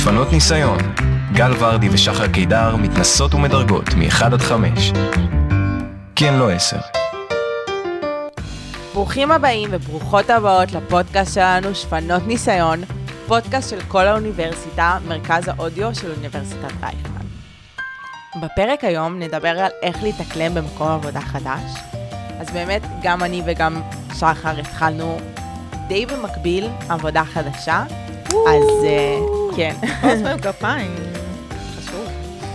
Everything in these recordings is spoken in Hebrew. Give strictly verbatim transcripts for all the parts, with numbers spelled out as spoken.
שפנות ניסיון. גל ורדי ושחר קידר מתנסות ומדרגות מ-אחד עד חמש. כן, לא עשר. ברוכים הבאים וברוכות הבאות לפודקאסט שלנו שפנות ניסיון, פודקאסט של כל האוניברסיטה, מרכז האודיו של אוניברסיטת רייכמן. בפרק היום נדבר על איך להתאקלם במקום עבודה חדש. אז באמת גם אני וגם שחר התחלנו די במקביל עבודה חדשה. אז כן. עושים כפיים. חשוב.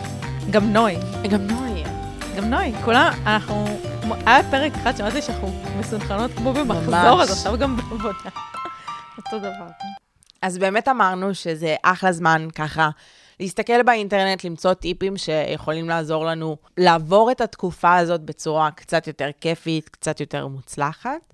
גם נוי. גם נוי. גם נוי. כולה, אנחנו... היה פרק אחד שמעתי שאנחנו מסונכרנות כמו במחזור, אז עכשיו גם בעבודה. אותו דבר. אז באמת אמרנו שזה אחלה זמן ככה להסתכל באינטרנט, למצוא טיפים שיכולים לעזור לנו לעבור את התקופה הזאת בצורה קצת יותר כיפית, קצת יותר מוצלחת.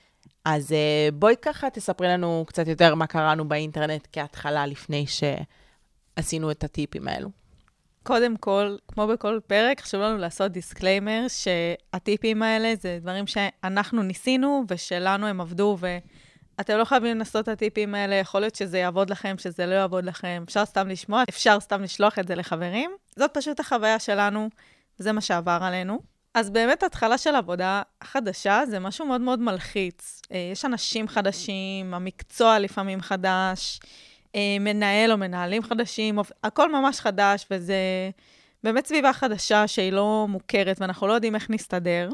אז בואי ככה תספרי לנו קצת יותר מה קראנו באינטרנט כהתחלה לפני שעשינו את הטיפים האלו. קודם כל, כמו בכל פרק, חשוב לנו לעשות דיסקליימר שהטיפים האלה זה דברים שאנחנו ניסינו ושלנו הם עבדו ואתם לא חייבים לנסות את הטיפים האלה, יכול להיות שזה יעבוד לכם, שזה לא יעבוד לכם, אפשר סתם לשמוע, אפשר סתם לשלוח את זה לחברים. זאת פשוט החוויה שלנו, וזה מה שעבר עלינו. אז באמת התחלה של עבודה חדשה זה משהו מאוד מאוד מלחיץ. יש אנשים חדשים, המקצוע לפעמים חדש, מנהל או מנהלים חדשים, הכל ממש חדש, וזה באמת סביבה חדשה שהיא לא מוכרת, ואנחנו לא יודעים איך נסתדר.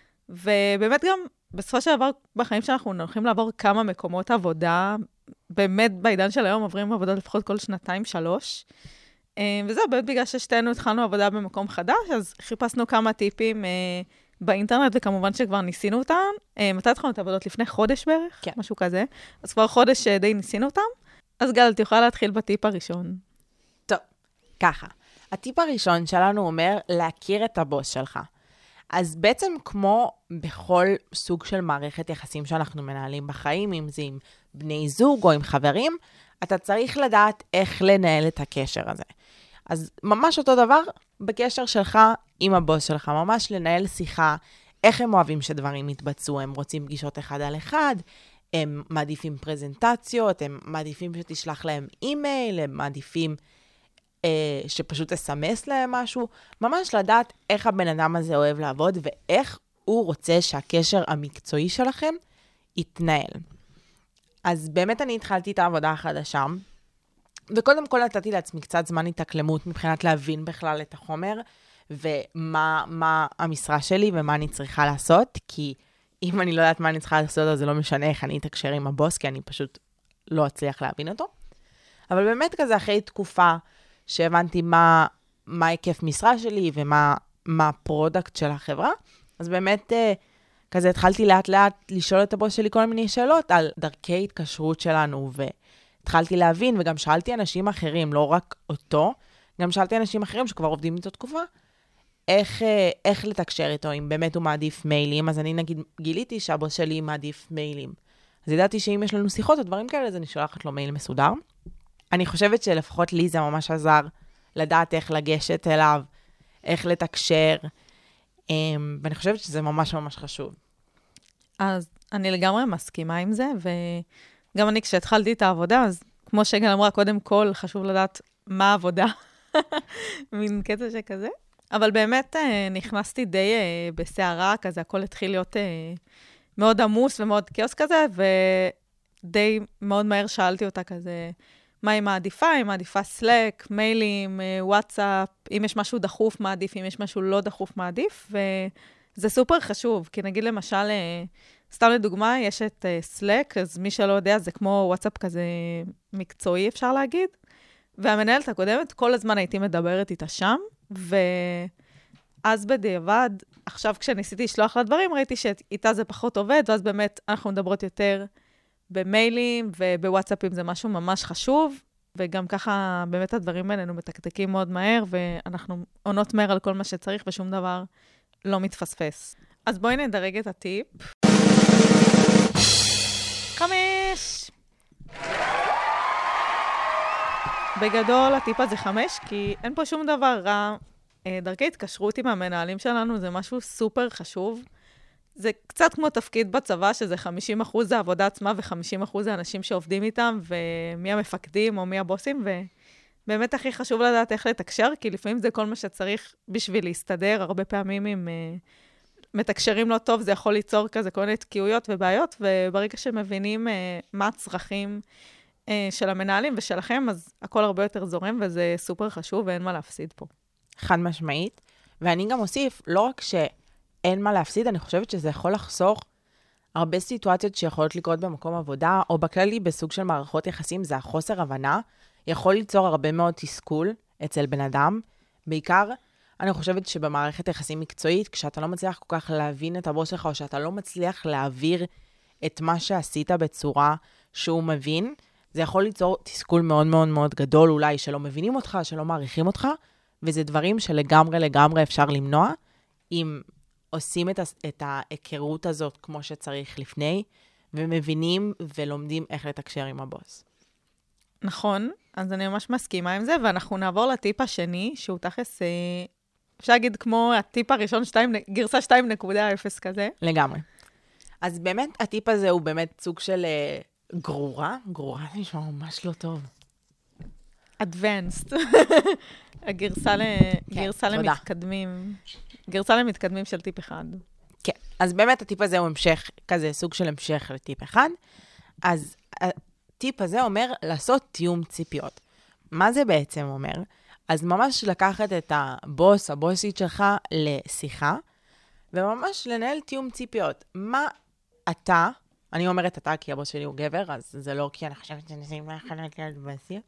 ובאמת גם בסופו של דבר בחיים שאנחנו הולכים לעבור כמה מקומות עבודה, באמת בעידן של היום עוברים עבודה לפחות כל שנתיים, שלוש. וזהו, באמת בגלל ששתינו התחלנו עבודה במקום חדש, אז חיפשנו כמה טיפים באינטרנט, וכמובן שכבר ניסינו אותם. מתי התחלנו את העבודות? לפני חודש בערך? כן. משהו כזה. אז כבר חודש די ניסינו אותם. אז גל, את יכולה להתחיל בטיפ הראשון. טוב, ככה. הטיפ הראשון שלנו אומר להכיר את הבוס שלך. אז בעצם כמו בכל סוג של מערכת יחסים שאנחנו מנהלים בחיים, אם זה עם בני זוג או עם חברים, אתה צריך לדעת איך לנהל את הקשר הזה. אז ממש אותו דבר בקשר שלך עם הבוס שלך, ממש לנהל שיחה, איך הם אוהבים שדברים יתבצעו, הם רוצים פגישות אחד על אחד, הם מעדיפים פרזנטציות, הם מעדיפים שתשלח להם אימייל, הם מעדיפים אה, שפשוט תסמס להם משהו, ממש לדעת איך הבן אדם הזה אוהב לעבוד, ואיך הוא רוצה שהקשר המקצועי שלכם יתנהל. אז באמת אני התחלתי את העבודה החדשה, וקודם כל נתתי לעצמי קצת זמן התאקלמות מבחינת להבין בכלל את החומר, ומה מה המשרה שלי ומה אני צריכה לעשות, כי אם אני לא יודעת מה אני צריכה לעשות, אז זה לא משנה איך אני אתקשר עם הבוס, כי אני פשוט לא אצליח להבין אותו. אבל באמת כזה אחרי תקופה שהבנתי מה, מה היקף משרה שלי ומה מה הפרודקט של החברה, אז באמת כזה התחלתי לאט לאט לשאול את הבוס שלי כל מיני שאלות על דרכי התקשרות שלנו, והתחלתי להבין, וגם שאלתי אנשים אחרים, לא רק אותו, גם שאלתי אנשים אחרים שכבר עובדים איתו תקופה, איך, איך לתקשר איתו, אם באמת הוא מעדיף מיילים, אז אני נגיד גיליתי שהבוס שלי מעדיף מיילים. אז ידעתי שאם יש לנו שיחות או דברים כאלה, אז אני שולחת לו מייל מסודר. אני חושבת שלפחות לי זה ממש עזר לדעת איך לגשת אליו, איך לתקשר, ואני חושבת שזה ממש ממש חשוב. אז אני לגמרי מסכימה עם זה, וגם אני כשהתחלתי את העבודה, אז כמו שגל אמרה, קודם כל חשוב לדעת מה העבודה, מין קטע שכזה. אבל באמת נכנסתי די בסערה, כזה הכל התחיל להיות מאוד עמוס ומאוד קיוס כזה, ודי מאוד מהר שאלתי אותה כזה, מה היא מעדיפה? היא מעדיפה סלק, מיילים, וואטסאפ, אם יש משהו דחוף מעדיף, אם יש משהו לא דחוף מעדיף, וזה סופר חשוב, כי נגיד למשל, סתם לדוגמה, יש את סלק, אז מי שלא יודע, זה כמו וואטסאפ כזה מקצועי, אפשר להגיד, והמנהלת הקודמת, כל הזמן הייתי מדברת איתה שם, ואז בדיעבד, עכשיו כשניסיתי לשלוח לה דברים, ראיתי שאיתה זה פחות עובד, ואז באמת אנחנו מדברות יותר במיילים, ובוואטסאפים זה משהו ממש חשוב, וגם ככה באמת הדברים האלה מתקתקים מאוד מהר, ואנחנו עונות מהר על כל מה שצריך, ושום דבר לא מתפספס. אז בואי נדרג את הטיפ. חמש! בגדול, הטיפ הזה חמש, כי אין פה שום דבר רע. דרכי התקשרות עם המנהלים שלנו זה משהו סופר חשוב. זה קצת כמו תפקיד בצבא, שזה חמישים אחוז זה העבודה עצמה, ו-חמישים אחוז זה אנשים שעובדים איתם, ומי המפקדים או מי הבוסים, באמת הכי חשוב לדעת איך לתקשר, כי לפעמים זה כל מה שצריך בשביל להסתדר. הרבה פעמים אם uh, מתקשרים לא טוב, זה יכול ליצור כזה כל מיני תקיעויות ובעיות, וברגע שמבינים uh, מה הצרכים uh, של המנהלים ושלכם, אז הכל הרבה יותר זורם, וזה סופר חשוב ואין מה להפסיד פה. חד משמעית. ואני גם אוסיף, לא רק שאין מה להפסיד, אני חושבת שזה יכול לחסוך הרבה סיטואציות שיכולות לקרות במקום עבודה, או בכללי בסוג של מערכות יחסים, זה החוסר הבנה, יכול ליצור הרבה מאוד תסכול אצל בן אדם. בעיקר, אני חושבת שבמערכת יחסים מקצועית, כשאתה לא מצליח כל כך להבין את הבוס שלך, או שאתה לא מצליח להעביר את מה שעשית בצורה שהוא מבין, זה יכול ליצור תסכול מאוד מאוד מאוד גדול, אולי שלא מבינים אותך, שלא מעריכים אותך, וזה דברים שלגמרי לגמרי אפשר למנוע, אם עושים את, את ההיכרות הזאת כמו שצריך לפני, ומבינים ולומדים איך לתקשר עם הבוס. נכון, אז אני ממש מסכימה עם זה, ואנחנו נעבור לטיפ השני, שהוא תכלס, אפשר להגיד כמו הטיפ הראשון, שתיים, גרסה שתיים נקודה אפס כזה. לגמרי. אז באמת, הטיפ הזה הוא באמת סוג של uh, גרורה. גרורה זה נשמע ממש לא טוב. Advanced. הגרסה ל... כן, גרסה תודה. למתקדמים. גרסה למתקדמים של טיפ אחד. כן, אז באמת הטיפ הזה הוא המשך, כזה סוג של המשך לטיפ אחד. אז הטיפ הזה אומר לעשות תיאום ציפיות. מה זה בעצם אומר? אז ממש לקחת את הבוס, הבוסית שלך לשיחה, וממש לנהל תיאום ציפיות. מה אתה, אני אומרת אתה כי הבוס שלי הוא גבר, אז זה לא כי אני חושבת שנשים מה יכולה להיות בוסיה.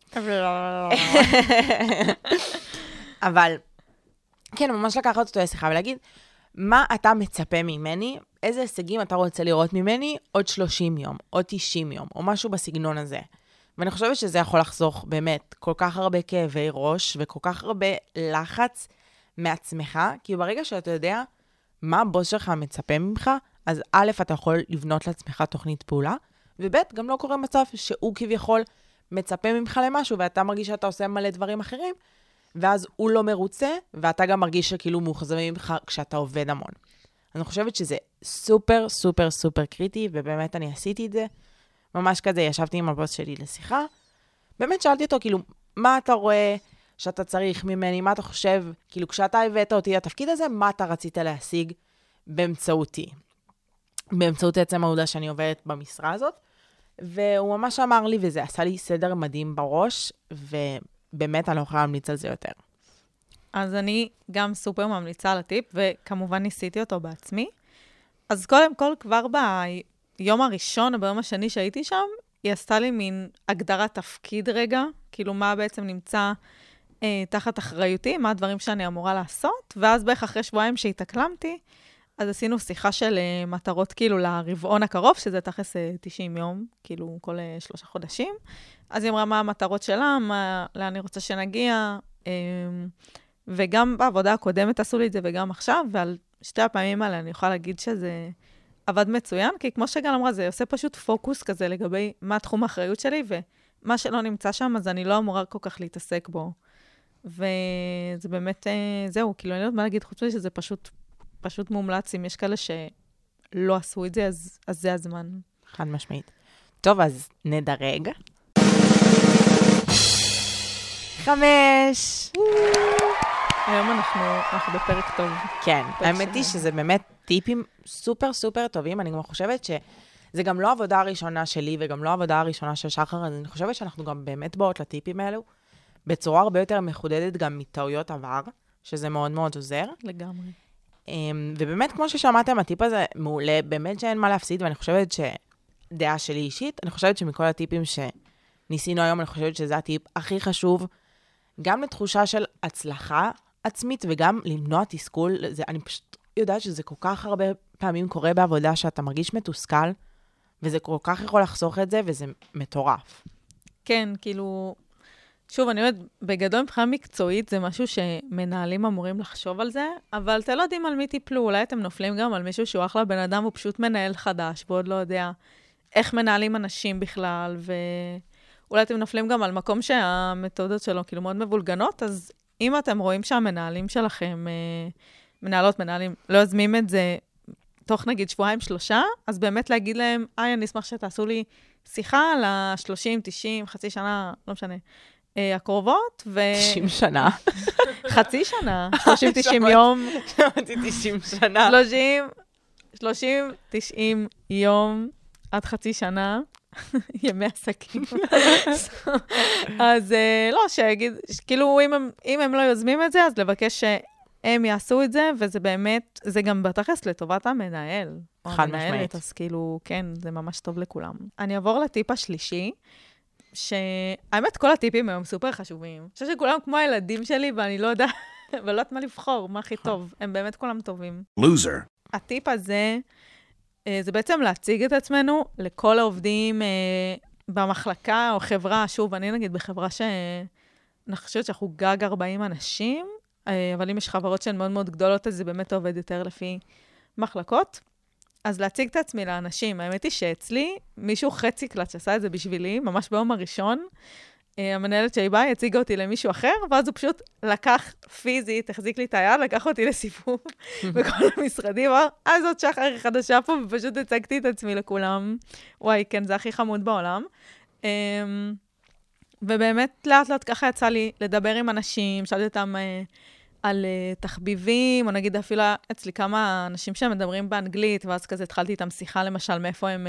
אבל כן, ממש לקחת אותו לשיחה ולהגיד, מה אתה מצפה ממני, איזה הישגים אתה רוצה לראות ממני עוד שלושים יום, עוד תשעים יום, או משהו בסגנון הזה. ואני חושבת שזה יכול לחסוך באמת כל כך הרבה כאבי ראש, וכל כך הרבה לחץ מעצמך, כי ברגע שאתה יודע מה הבוס שלך מצפה ממך, אז א', אתה יכול לבנות לעצמך תוכנית פעולה, וב', גם לא קורה מצב שהוא כביכול מצפה ממך למשהו, ואתה מרגיש שאתה עושה מלא דברים אחרים, ואז הוא לא מרוצה, ואתה גם מרגיש שכאילו מאוכזבים ממך כשאתה עובד המון. אני חושבת שזה סופר, סופר, סופר קריטי, ובאמת אני עשיתי את זה. ממש כזה, ישבתי עם הבוס שלי לשיחה. באמת שאלתי אותו, כאילו, מה אתה רואה שאתה צריך ממני? מה אתה חושב? כאילו, כשאתה הבאת אותי לתפקיד הזה, מה אתה רצית להשיג באמצעותי? באמצעות עצם העובדה שאני עובדת במשרה הזאת. והוא ממש אמר לי, וזה עשה לי סדר מדהים בראש, ובאמת אני לא יכולה להמליץ על זה יותר. אז אני גם סופר ממליצה על הטיפ, וכמובן ניסיתי אותו בעצמי. אז קודם כל, כבר ביום הראשון או ביום השני שהייתי שם, היא עשתה לי מין הגדרת תפקיד רגע, כאילו מה בעצם נמצא אה, תחת אחריותי, מה הדברים שאני אמורה לעשות, ואז בערך אחרי שבועיים שהתאקלמתי, אז עשינו שיחה של אה, מטרות כאילו לרבעון הקרוב, שזה תכף אה, תשעים יום, כאילו כל אה, שלושה חודשים. אז היא אמרה מה המטרות שלה, מה, לאן אני רוצה שנגיע, אה, וגם בעבודה הקודמת עשו לי את זה וגם עכשיו, ועל שתי הפעמים האלה אני יכולה להגיד שזה עבד מצוין, כי כמו שגל אמרה, זה עושה פשוט פוקוס כזה לגבי מה תחום האחריות שלי, ומה שלא נמצא שם, אז אני לא אמורה כל כך להתעסק בו. וזה באמת, זהו, כאילו אני לא יודעת מה להגיד, חוץ מזה שזה פשוט, פשוט מומלץ, אם יש כאלה שלא עשו את זה, אז, אז זה הזמן. חד משמעית. טוב, אז נדרג. חמש! היום אנחנו, אנחנו בפרק טוב. כן, האמת היא שזה באמת טיפים סופר סופר טובים, אני גם חושבת שזה גם לא העבודה הראשונה שלי, וגם לא העבודה הראשונה של שחר, אז אני חושבת שאנחנו גם באמת באות לטיפים האלו, בצורה הרבה יותר מחודדת גם מטעויות עבר, שזה מאוד מאוד עוזר. לגמרי. ובאמת, כמו ששמעתם, הטיפ הזה מעולה, באמת שאין מה להפסיד, ואני חושבת שדעה שלי אישית, אני חושבת שמכל הטיפים שניסינו היום, אני חושבת שזה הטיפ הכי חשוב, גם לתחושה של הצלחה עצמית, וגם למנוע תסכול. זה, אני פשוט יודעת שזה כל כך הרבה פעמים קורה בעבודה, שאתה מרגיש מתוסכל, וזה כל כך יכול לחסוך את זה, וזה מטורף. כן, כאילו, שוב, אני אומרת, בגדול מבחינה מקצועית, זה משהו שמנהלים אמורים לחשוב על זה, אבל אתם לא יודעים על מי טיפלו, אולי אתם נופלים גם על מישהו שהוא אחלה בן אדם, הוא פשוט מנהל חדש, ועוד לא יודע איך מנהלים אנשים בכלל, ואולי אתם נופלים גם על מקום שהמתודות שלו כאילו מאוד מבולגנות, אז אם אתם רואים שהמנהלים שלכם, מנהלות, מנהלים, לא יזמים את זה תוך נגיד שבועיים שלושה, אז באמת להגיד להם, איי, אני אשמח שתעשו לי שיחה ל-שלושים, תשעים, חצי שנה, לא משנה, אה, הקרובות, ו... תשעים שנה. חצי שנה, שלושים תשעים יום. שמעתי תשעים שנה. שלושים, שלושים תשעים יום עד חצי שנה, ימי עסקים. אז לא, שיגיד, כאילו, אם הם, אם הם לא יוזמים את זה, אז לבקש שהם יעשו את זה, וזה באמת, זה גם בתכלס לטובת המנהל. חד משמעית. אז כאילו, כן, זה ממש טוב לכולם. אני אעבור לטיפ השלישי, שהאמת, כל הטיפים היום סופר חשובים. אני חושבת שכולם כמו הילדים שלי, ואני לא יודעת, ולא יודעת מה לבחור, מה הכי טוב. הם באמת כולם טובים. לוזר. הטיפ הזה, זה בעצם להציג את עצמנו לכל העובדים במחלקה או חברה. שוב, אני נגיד בחברה שאני חושבת שאנחנו גג ארבעים אנשים, אבל אם יש חברות שהן מאוד מאוד גדולות, אז זה באמת עובד יותר לפי מחלקות. אז להציג את עצמי לאנשים. האמת היא שאצלי, מישהו חצי קלט שעשה את זה בשבילי, ממש ביום הראשון, המנהלת שלי באה, הציגה אותי למישהו אחר, ואז הוא פשוט לקח פיזית, החזיק לי את היד, לקח אותי לסיבוב בכל המשרדים, אמר, אה, זאת שחר חדשה פה, ופשוט הצגתי את עצמי לכולם. וואי, כן, זה הכי חמוד בעולם. ובאמת, לאט לאט ככה יצא לי לדבר עם אנשים, שאלתי אותם על תחביבים, או נגיד אפילו אצלי כמה אנשים שמדברים באנגלית, ואז כזה התחלתי איתם שיחה, למשל, מאיפה הם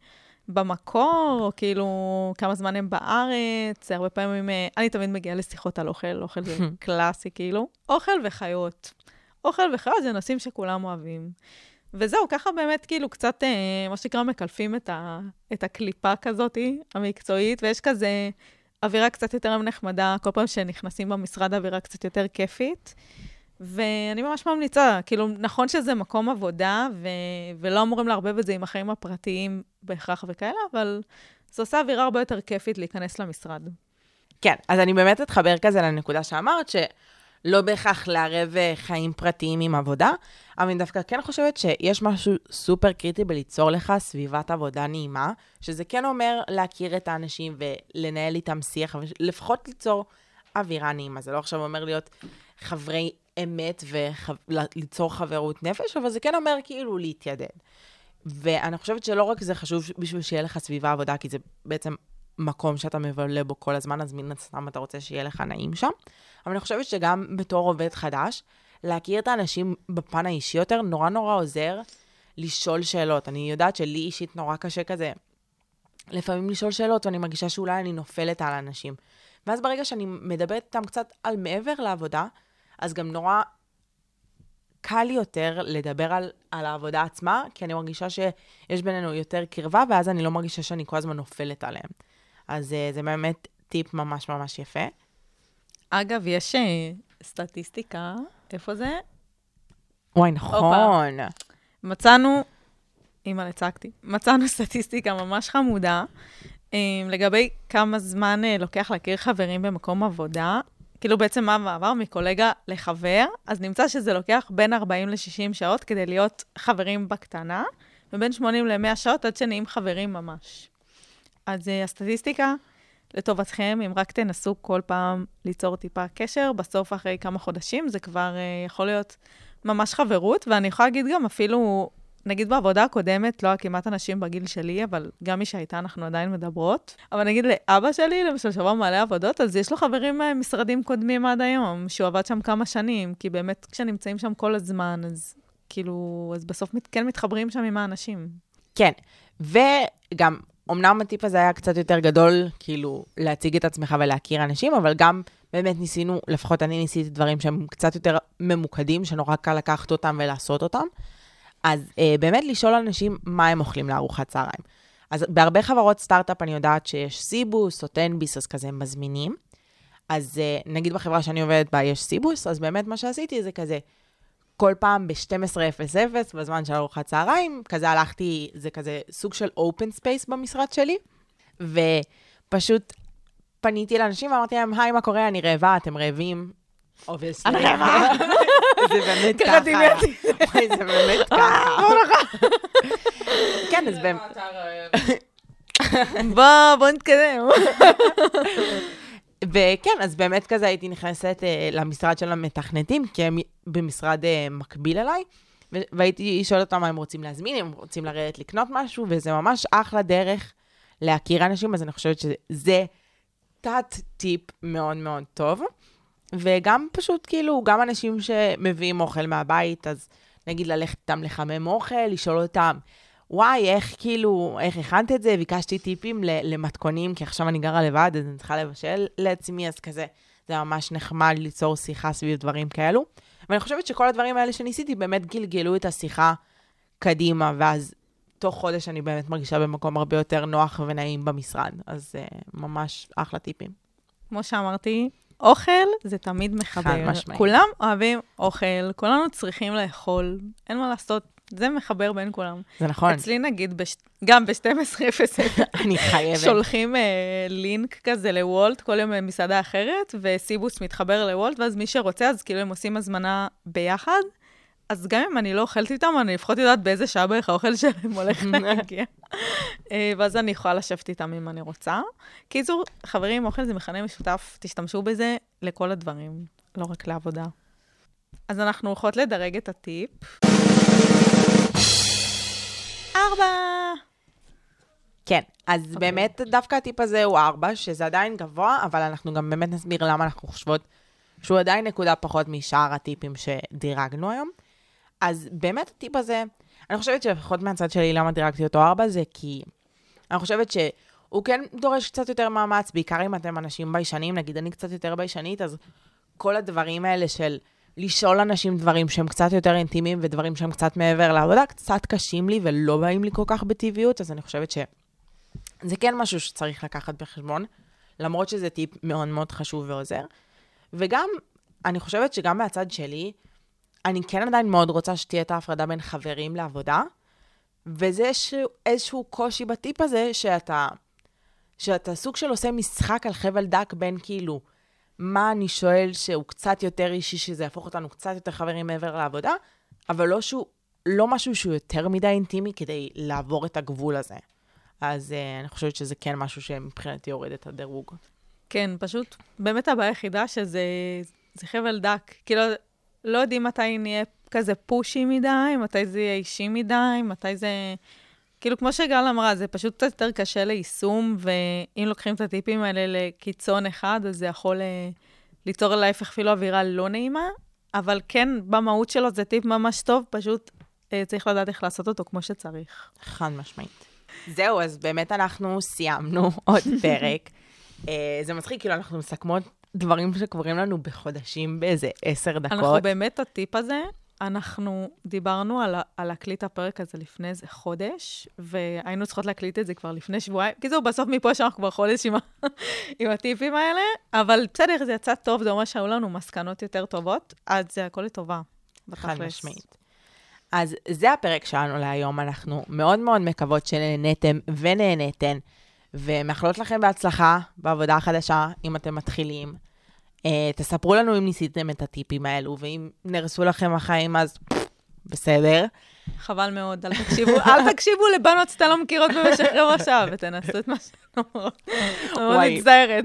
במקור, או כאילו כמה זמן הם בארץ, הרבה פעמים, אני תמיד מגיעה לשיחות על אוכל, אוכל זה קלאסי, כאילו. אוכל וחיות. אוכל וחיות זה נושאים שכולם אוהבים. וזהו, ככה באמת כאילו קצת, מה שנקרא, מקלפים את, ה, את הקליפה כזאת, המקצועית, ויש כזה אווירה קצת יותר נחמדה, כל פעם שנכנסים במשרד אווירה קצת יותר כיפית, ואני ממש ממליצה, כאילו, נכון שזה מקום עבודה, ו... ולא אמורים להרבב את זה עם החיים הפרטיים בהכרח וכאלה, אבל זו עושה אווירה הרבה יותר כיפית להיכנס למשרד. כן, אז אני באמת אתחבר כזה לנקודה שאמרת, שלא בהכרח לערב חיים פרטיים עם עבודה, אבל אני דווקא כן חושבת שיש משהו סופר קריטי בליצור לך סביבת עבודה נעימה, שזה כן אומר להכיר את האנשים ולנהל איתם שיח, ולפחות ליצור אווירה נעימה. זה לא עכשיו אומר להיות חברי אמת וליצור חברות נפש, אבל זה כן אומר כאילו להתיידד. ואני חושבת שלא רק זה חשוב בשביל שיהיה לך סביבה עבודה, כי זה בעצם מקום שאתה מבלה בו כל הזמן, אז מן הסתם אתה רוצה שיהיה לך נעים שם. אבל אני חושבת שגם בתור עובד חדש, להכיר את האנשים בפן האישי יותר, נורא נורא עוזר לשאול שאלות. אני יודעת שלי אישית נורא קשה כזה, לפעמים לשאול שאלות, ואני מרגישה שאולי אני נופלת על האנשים. ואז ברגע שאני מדברת איתם קצת על מעבר לעבודה, אז גם נורא קל לי יותר לדבר על, על העבודה עצמה, כי אני מרגישה שיש בינינו יותר קרבה, ואז אני לא מרגישה שאני כל הזמן נופלת עליהם. אז זה באמת טיפ ממש ממש יפה. אגב, יש סטטיסטיקה, איפה זה? וואי, נכון. מצאנו, אימא לצקתי, מצאנו סטטיסטיקה ממש חמודה, לגבי כמה זמן לוקח להכיר חברים במקום עבודה, כאילו בעצם מה מעבר מקולגה לחבר, אז נמצא שזה לוקח בין ארבעים לשישים שעות כדי להיות חברים בקטנה, ובין שמונים למאה שעות עד שנהיים חברים ממש. אז uh, הסטטיסטיקה לטובתכם, אם רק תנסו כל פעם ליצור טיפה קשר, בסוף אחרי כמה חודשים זה כבר uh, יכול להיות ממש חברות, ואני יכולה להגיד גם אפילו, נגיד בעבודה הקודמת, לא כמעט אנשים בגיל שלי, אבל גם מי שהייתה אנחנו עדיין מדברות. אבל נגיד לאבא שלי, למשל שבוע מעלה עבודות, אז יש לו חברים משרדים קודמים עד היום, שהוא עבד שם כמה שנים, כי באמת כשנמצאים שם כל הזמן, אז כאילו, אז בסוף כן מתחברים שם עם האנשים. כן, וגם, אמנם הטיפ הזה היה קצת יותר גדול, כאילו, להציג את עצמך ולהכיר אנשים, אבל גם באמת ניסינו, לפחות אני ניסיתי דברים שהם קצת יותר ממוקדים, שנורא קל לקחת אותם ולעשות אותם. אז אה, באמת לשאול אנשים מה הם אוכלים לארוחת צהריים. אז בהרבה חברות סטארט-אפ אני יודעת שיש סיבוס או טנביס, אז כזה הם מזמינים. אז אה, נגיד בחברה שאני עובדת בה יש סיבוס, אז באמת מה שעשיתי זה כזה, כל פעם ב-שתים עשרה אפס אפס, בזמן של ארוחת צהריים, כזה הלכתי, זה כזה סוג של open space במשרד שלי, ופשוט פניתי לאנשים ואמרתי להם, היי, מה קורה? אני רעבה, אתם רעבים? אני רעבה. זה באמת ככה. וואי, זה באמת ככה. כן, אז באמת. בוא, בוא נתקדם. וכן, אז באמת כזה הייתי נכנסת למשרד של המתכנתים, כי הם במשרד מקביל אליי, והייתי שואלת אותם מה הם רוצים להזמין, הם רוצים לרדת לקנות משהו, וזה ממש אחלה דרך להכיר אנשים, אז אני חושבת שזה תת טיפ מאוד מאוד טוב, וגם פשוט כאילו, גם אנשים שמביאים אוכל מהבית, אז נגיד ללכת איתם לחמם אוכל, לשאול אותם, וואי, איך כאילו, איך הכנת את זה? ביקשתי טיפים למתכונים, כי עכשיו אני גרה לבד, אז אני צריכה לבשל לעצמי, אז כזה, זה ממש נחמד ליצור שיחה סביב דברים כאלו. ואני חושבת שכל הדברים האלה שניסיתי באמת גלגלו את השיחה קדימה, ואז תוך חודש אני באמת מרגישה במקום הרבה יותר נוח ונעים במשרד. אז uh, ממש אחלה טיפים. כמו שאמרתי, אוכל זה תמיד מחבר. חד משמעית. כולם אוהבים אוכל, כולנו צריכים לאכול, אין מה לעשות, זה מחבר בין כולם. זה נכון. אצלי נגיד, בש... גם ב-שתים עשרה אפס אפס, אני חייבת. שולחים אה, לינק כזה לוולט, כל יום במסעדה אחרת, וסיבוס מתחבר לוולט, ואז מי שרוצה, אז כאילו הם עושים הזמנה ביחד, אז גם אם אני לא אוכלת איתם, אני לפחות יודעת באיזה שעה בערך האוכל שלהם הולך להגיע. ואז אני יכולה לשבת איתם אם אני רוצה. קיצור, חברים, אוכל זה מכנה משותף, תשתמשו בזה לכל הדברים, לא רק לעבודה. אז אנחנו הולכות לדרג את הטיפ. ארבע! כן, אז okay. באמת דווקא הטיפ הזה הוא ארבע, שזה עדיין גבוה, אבל אנחנו גם באמת נסביר למה אנחנו חושבות שהוא עדיין נקודה פחות משאר הטיפים שדירגנו היום. אז באמת הטיפ הזה, אני חושבת שלפחות מהצד שלי למה דירגתי אותו ארבע, זה כי אני חושבת שהוא כן דורש קצת יותר מאמץ, בעיקר אם אתם אנשים ביישנים, נגיד אני קצת יותר ביישנית, אז כל הדברים האלה של לשאול אנשים דברים שהם קצת יותר אינטימיים, ודברים שהם קצת מעבר לעבודה, קצת קשים לי ולא באים לי כל כך בטבעיות, אז אני חושבת שזה כן משהו שצריך לקחת בחשבון, למרות שזה טיפ מאוד מאוד חשוב ועוזר. וגם, אני חושבת שגם מהצד שלי, אני כן עדיין מאוד רוצה שתהיה את ההפרדה בין חברים לעבודה, וזה איזשהו, איזשהו קושי בטיפ הזה, שאתה, שאתה סוג של עושה משחק על חבל דק בין כאילו, מה אני שואל שהוא קצת יותר אישי, שזה יהפוך אותנו קצת יותר חברים מעבר לעבודה, אבל לא, שהוא, לא משהו שהוא יותר מדי אינטימי כדי לעבור את הגבול הזה. אז uh, אני חושבת שזה כן משהו שמבחינתי יורד את הדירוג. כן, פשוט באמת הבעיה היחידה שזה זה חבל דק. כאילו, לא יודעים מתי נהיה כזה פושי מדי, מתי זה יהיה אישי מדי, מתי זה... כאילו, כמו שגל אמרה, זה פשוט קצת יותר קשה ליישום, ואם לוקחים את הטיפים האלה לקיצון אחד, אז זה יכול ליצור להפך אפילו אווירה לא נעימה, אבל כן, במהות שלו זה טיפ ממש טוב, פשוט צריך לדעת איך לעשות אותו כמו שצריך. חד משמעית. זהו, אז באמת אנחנו סיימנו עוד פרק. זה מצחיק, כאילו אנחנו מסכמות דברים שקורים לנו בחודשים באיזה עשר דקות. אנחנו באמת, הטיפ הזה, אנחנו דיברנו על, על להקליט הפרק הזה לפני איזה חודש, והיינו צריכות להקליט את זה כבר לפני שבועיים. כי זהו, בסוף מפה שאנחנו כבר חודש עם, עם הטיפים האלה, אבל בסדר, זה יצא טוב, זה אומר שהיו לנו מסקנות יותר טובות, אז זה הכל לטובה. חד משמעית. אז זה הפרק שלנו להיום, אנחנו מאוד מאוד מקוות שנהנתם ונהנתן, ומאחלות לכם בהצלחה בעבודה החדשה, אם אתם מתחילים. Uh, תספרו לנו אם ניסיתם את הטיפים האלו, ואם נרסו לכם החיים, אז בסדר. חבל מאוד, אל תקשיבו, אל תקשיבו לבנות שאתה לא מכירות במשך רבע שעה, ותנסו את מה שאתם אומרות. אני מאוד מצטערת.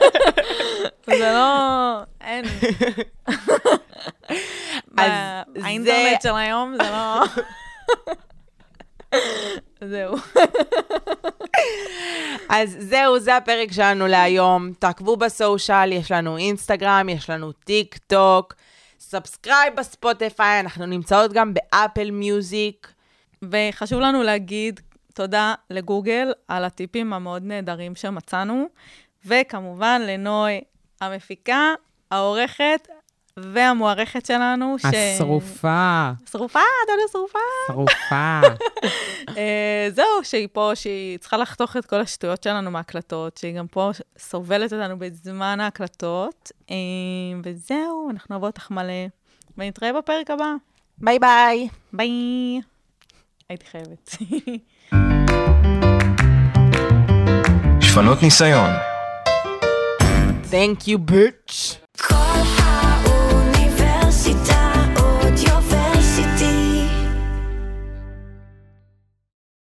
זה לא... אין. האינטרנט של היום זה לא... זהו. אז זהו, זה הפרק שלנו להיום. תעקבו בסושיאל, יש לנו אינסטגרם, יש לנו טיק טוק, סאבסקרייב בספוטיפיי, אנחנו נמצאות גם באפל מיוזיק. וחשוב לנו להגיד תודה לגוגל על הטיפים המאוד נהדרים שמצאנו, וכמובן לנוי המפיקה, העורכת, והמוערכת שלנו, ש... השרופה. שרופה, דודה שרופה. שרופה. זהו, שהיא פה, שהיא צריכה לחתוך את כל השטויות שלנו מהקלטות, שהיא גם פה סובלת אותנו בזמן ההקלטות. וזהו, אנחנו אוהבות לך מלא. ונתראה בפרק הבא. ביי ביי. ביי. הייתי חייבת. שפנות ניסיון. Thank you, bitch.